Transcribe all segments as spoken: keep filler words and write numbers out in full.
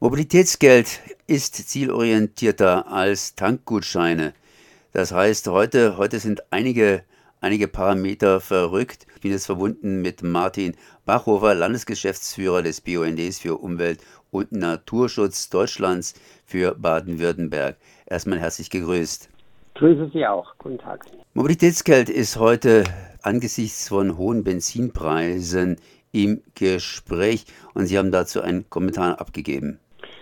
Mobilitätsgeld ist zielorientierter als Tankgutscheine. Das heißt, heute, heute sind einige, einige Parameter verrückt. Ich bin jetzt verbunden mit Martin Bachhofer, Landesgeschäftsführer des B U N Ds für Umwelt und Naturschutz Deutschlands für Baden-Württemberg. Erstmal herzlich gegrüßt. Grüße Sie auch. Guten Tag. Mobilitätsgeld ist heute angesichts von hohen Benzinpreisen im Gespräch und Sie haben dazu einen Kommentar abgegeben.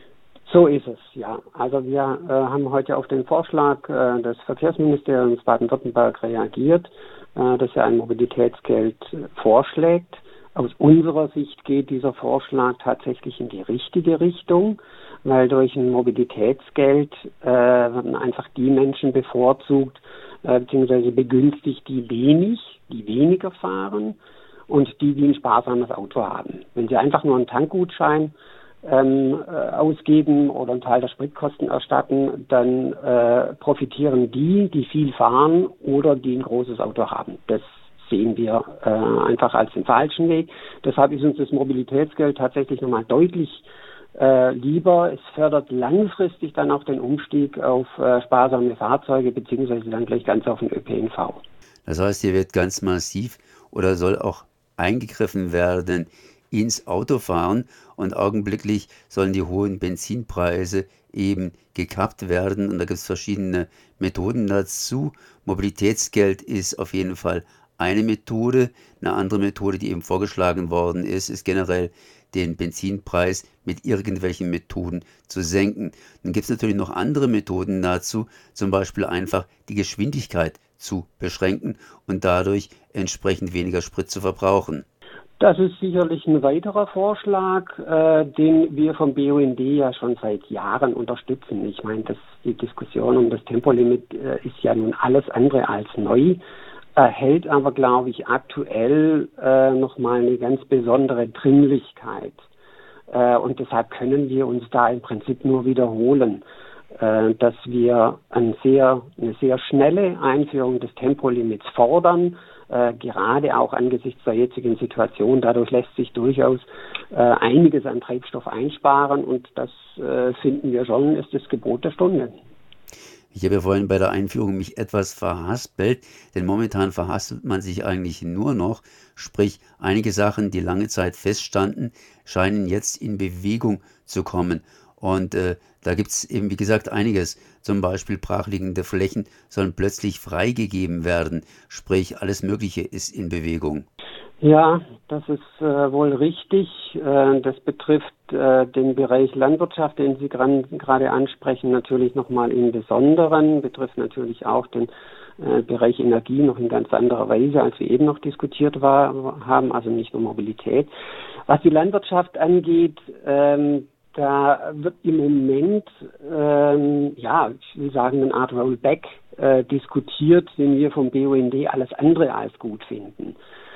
So ist es, ja. Also wir äh, haben heute auf den Vorschlag äh, des Verkehrsministeriums Baden-Württemberg reagiert, äh, dass er ein Mobilitätsgeld vorschlägt. Aus unserer Sicht geht dieser Vorschlag tatsächlich in die richtige Richtung, weil durch ein Mobilitätsgeld äh, werden einfach die Menschen bevorzugt äh, bzw. begünstigt, die wenig, die weniger fahren und die, die ein sparsames Auto haben. Wenn Sie einfach nur einen Tankgutschein ähm, äh, ausgeben oder einen Teil der Spritkosten erstatten, dann äh, profitieren die, die viel fahren oder die ein großes Auto haben. Das sehen wir äh, einfach als den falschen Weg. Deshalb ist uns das Mobilitätsgeld tatsächlich nochmal deutlich äh, lieber. Es fördert langfristig dann auch den Umstieg auf äh, sparsame Fahrzeuge beziehungsweise dann gleich ganz auf den Ö P N V. Das heißt, hier wird ganz massiv oder soll auch eingegriffen werden ins Autofahren und augenblicklich sollen die hohen Benzinpreise eben gekappt werden und da gibt es verschiedene Methoden dazu. Mobilitätsgeld ist auf jeden Fall eine Methode. Eine andere Methode, die eben vorgeschlagen worden ist, ist generell den Benzinpreis mit irgendwelchen Methoden zu senken. Dann gibt es natürlich noch andere Methoden dazu, zum Beispiel einfach die Geschwindigkeit zu beschränken und dadurch entsprechend weniger Sprit zu verbrauchen. Das ist sicherlich ein weiterer Vorschlag, äh, den wir vom B U N D ja schon seit Jahren unterstützen. Ich meine, das, die Diskussion um das Tempolimit äh, ist ja nun alles andere als neu, erhält aber, glaube ich, aktuell äh, nochmal eine ganz besondere Dringlichkeit. Äh, und deshalb können wir uns da im Prinzip nur wiederholen, äh, dass wir ein sehr, eine sehr schnelle Einführung des Tempolimits fordern, Äh, gerade auch angesichts der jetzigen Situation. Dadurch lässt sich durchaus äh, einiges an Treibstoff einsparen und das äh, finden wir schon, ist das Gebot der Stunde. Ich habe ja vorhin bei der Einführung mich etwas verhaspelt, denn momentan verhaspelt man sich eigentlich nur noch, sprich einige Sachen, die lange Zeit feststanden, scheinen jetzt in Bewegung zu kommen. Und äh, da gibt es eben, wie gesagt, einiges. Zum Beispiel brachliegende Flächen sollen plötzlich freigegeben werden. Sprich, alles Mögliche ist in Bewegung. Ja, das ist äh, wohl richtig. Äh, das betrifft äh, den Bereich Landwirtschaft, den Sie gerade ansprechen, natürlich nochmal im Besonderen. Betrifft natürlich auch den äh, Bereich Energie noch in ganz anderer Weise, als wir eben noch diskutiert war, haben, also nicht nur Mobilität. Was die Landwirtschaft angeht, ähm, da wird im Moment, ähm, ja, ich will sagen, eine Art Rollback äh, diskutiert, den wir vom B U N D alles andere als gut finden.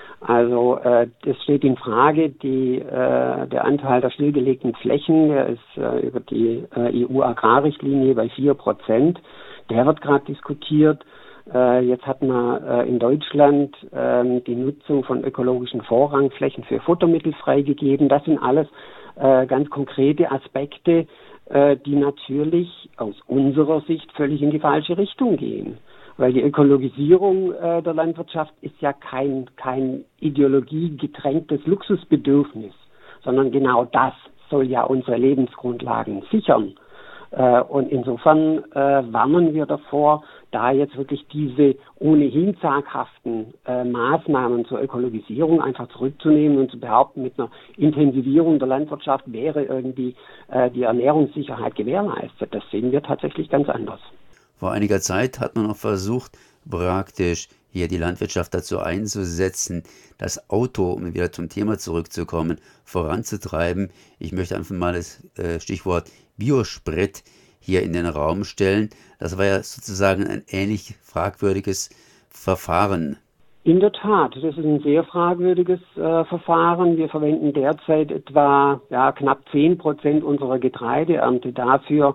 Also äh, das steht in Frage, die, äh, der Anteil der stillgelegten Flächen, der ist äh, über die äh, E U-Agrarrichtlinie bei vier Prozent. Der wird gerade diskutiert. Äh, jetzt hat man äh, in Deutschland äh, die Nutzung von ökologischen Vorrangflächen für Futtermittel freigegeben. Das sind alles äh, ganz konkrete Aspekte, äh, die natürlich aus unserer Sicht völlig in die falsche Richtung gehen. Weil die Ökologisierung äh, der Landwirtschaft ist ja kein, kein ideologiegetränktes Luxusbedürfnis, sondern genau das soll ja unsere Lebensgrundlagen sichern. Äh, und insofern äh, warnen wir davor, da jetzt wirklich diese ohnehin zaghaften äh, Maßnahmen zur Ökologisierung einfach zurückzunehmen und zu behaupten, mit einer Intensivierung der Landwirtschaft wäre irgendwie äh, die Ernährungssicherheit gewährleistet. Das sehen wir tatsächlich ganz anders. Vor einiger Zeit hat man auch versucht, praktisch hier die Landwirtschaft dazu einzusetzen, das Auto, um wieder zum Thema zurückzukommen, voranzutreiben. Ich möchte einfach mal das äh, Stichwort Biosprit hier in den Raum stellen. Das war ja sozusagen ein ähnlich fragwürdiges Verfahren. In der Tat, das ist ein sehr fragwürdiges äh, Verfahren. Wir verwenden derzeit etwa ja, knapp zehn Prozent unserer Getreideernte dafür,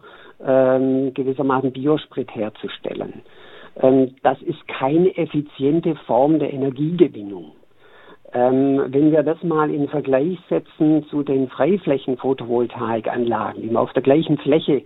ähm, gewissermaßen Biosprit herzustellen. Ähm, das ist keine effiziente Form der Energiegewinnung. Ähm, wenn wir das mal in Vergleich setzen zu den Freiflächen-Photovoltaikanlagen, die man auf der gleichen Fläche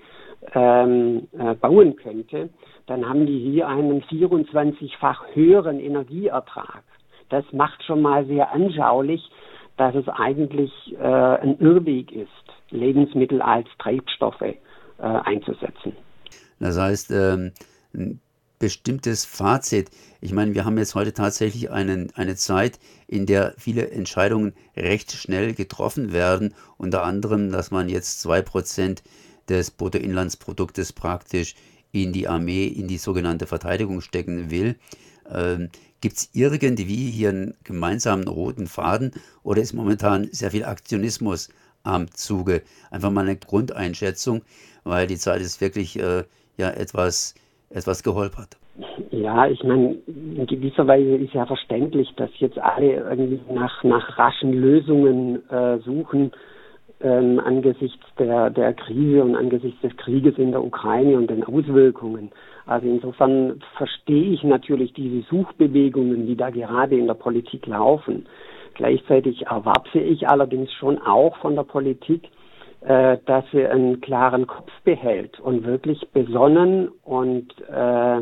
ähm, äh, bauen könnte, dann haben die hier einen vierundzwanzigfach höheren Energieertrag. Das macht schon mal sehr anschaulich, dass es eigentlich äh, ein Irrweg ist, Lebensmittel als Treibstoffe äh, einzusetzen. Das heißt, ähm, ein bestimmtes Fazit. Ich meine, wir haben jetzt heute tatsächlich einen, eine Zeit, in der viele Entscheidungen recht schnell getroffen werden. Unter anderem, dass man jetzt zwei Prozent des Bruttoinlandsproduktes praktisch in die Armee, in die sogenannte Verteidigung stecken will. Ähm, Gibt es irgendwie hier einen gemeinsamen roten Faden oder ist momentan sehr viel Aktionismus am Zuge? Einfach mal eine Grundeinschätzung, weil die Zeit ist wirklich äh, ja etwas, etwas geholpert. Ja, ich meine, in gewisser Weise ist ja verständlich, dass jetzt alle irgendwie nach, nach raschen Lösungen äh, suchen ähm, angesichts der, der Krise und angesichts des Krieges in der Ukraine und den Auswirkungen. Also insofern verstehe ich natürlich diese Suchbewegungen, die da gerade in der Politik laufen. Gleichzeitig erwarte ich allerdings schon auch von der Politik, äh, dass sie einen klaren Kopf behält und wirklich besonnen und äh,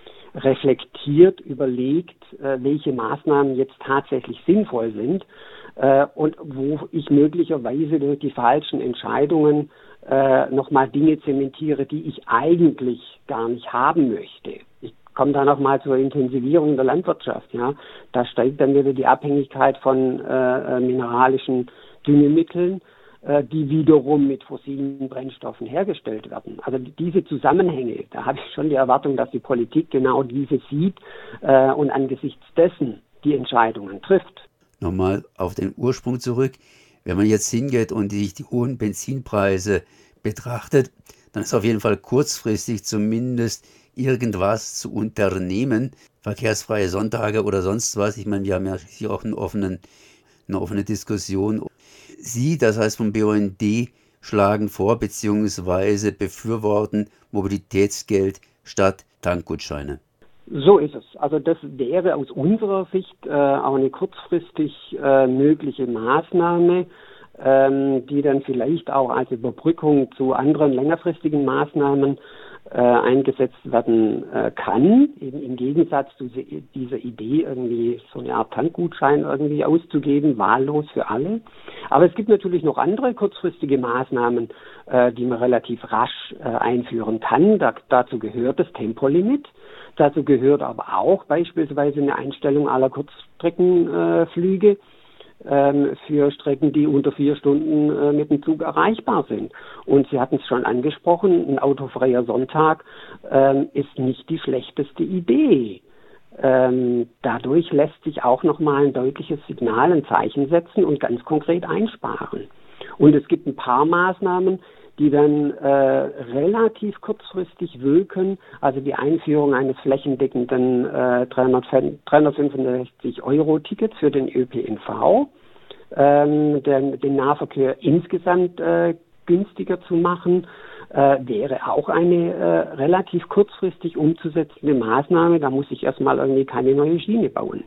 reflektiert überlegt, äh, welche Maßnahmen jetzt tatsächlich sinnvoll sind äh, und wo ich möglicherweise durch die falschen Entscheidungen äh, nochmal Dinge zementiere, die ich eigentlich gar nicht haben möchte. Ich komme da nochmal zur Intensivierung der Landwirtschaft. Ja, da steigt dann wieder die Abhängigkeit von äh, mineralischen Düngemitteln, die wiederum mit fossilen Brennstoffen hergestellt werden. Also diese Zusammenhänge, da habe ich schon die Erwartung, dass die Politik genau diese sieht äh, und angesichts dessen die Entscheidungen trifft. Nochmal auf den Ursprung zurück. Wenn man jetzt hingeht und sich die hohen Benzinpreise betrachtet, dann ist auf jeden Fall kurzfristig zumindest irgendwas zu unternehmen. Verkehrsfreie Sonntage oder sonst was. Ich meine, wir haben ja hier auch einen offenen, eine offene Diskussion. Sie, das heißt vom B U N D, schlagen vor bzw. befürworten Mobilitätsgeld statt Tankgutscheine. So ist es. Also das wäre aus unserer Sicht äh, auch eine kurzfristig äh, mögliche Maßnahme, ähm, die dann vielleicht auch als Überbrückung zu anderen längerfristigen Maßnahmen äh, eingesetzt werden äh, kann, eben im Gegensatz zu dieser Idee, irgendwie so eine Art Tankgutschein irgendwie auszugeben, wahllos für alle. Aber es gibt natürlich noch andere kurzfristige Maßnahmen, äh, die man relativ rasch äh, einführen kann. Da, dazu gehört das Tempolimit. Dazu gehört aber auch beispielsweise eine Einstellung aller Kurzstreckenflüge äh, für Strecken, die unter vier Stunden äh, mit dem Zug erreichbar sind. Und Sie hatten es schon angesprochen, ein autofreier Sonntag ähm, ist nicht die schlechteste Idee. Ähm, dadurch lässt sich auch nochmal ein deutliches Signal, ein Zeichen setzen und ganz konkret einsparen. Und es gibt ein paar Maßnahmen, die dann äh, relativ kurzfristig wirken, also die Einführung eines flächendeckenden äh, dreihundertfünfundsechzig Euro Tickets für den Ö P N V, ähm, den, den Nahverkehr insgesamt äh, günstiger zu machen, äh, wäre auch eine äh, relativ kurzfristig umzusetzende Maßnahme. Da muss ich erstmal irgendwie keine neue Schiene bauen.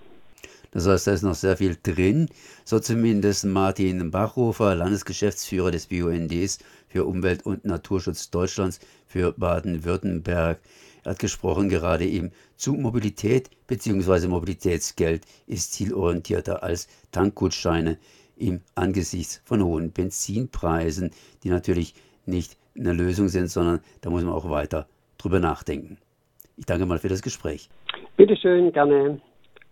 Das heißt, da ist noch sehr viel drin. So zumindest Martin Bachhofer, Landesgeschäftsführer des B U N Ds für Umwelt- und Naturschutz Deutschlands für Baden-Württemberg. Er hat gesprochen gerade eben zu Mobilität bzw. Mobilitätsgeld ist zielorientierter als Tankgutscheine im Angesichts von hohen Benzinpreisen, die natürlich nicht eine Lösung sind, sondern da muss man auch weiter drüber nachdenken. Ich danke mal für das Gespräch. Bitte schön, gerne.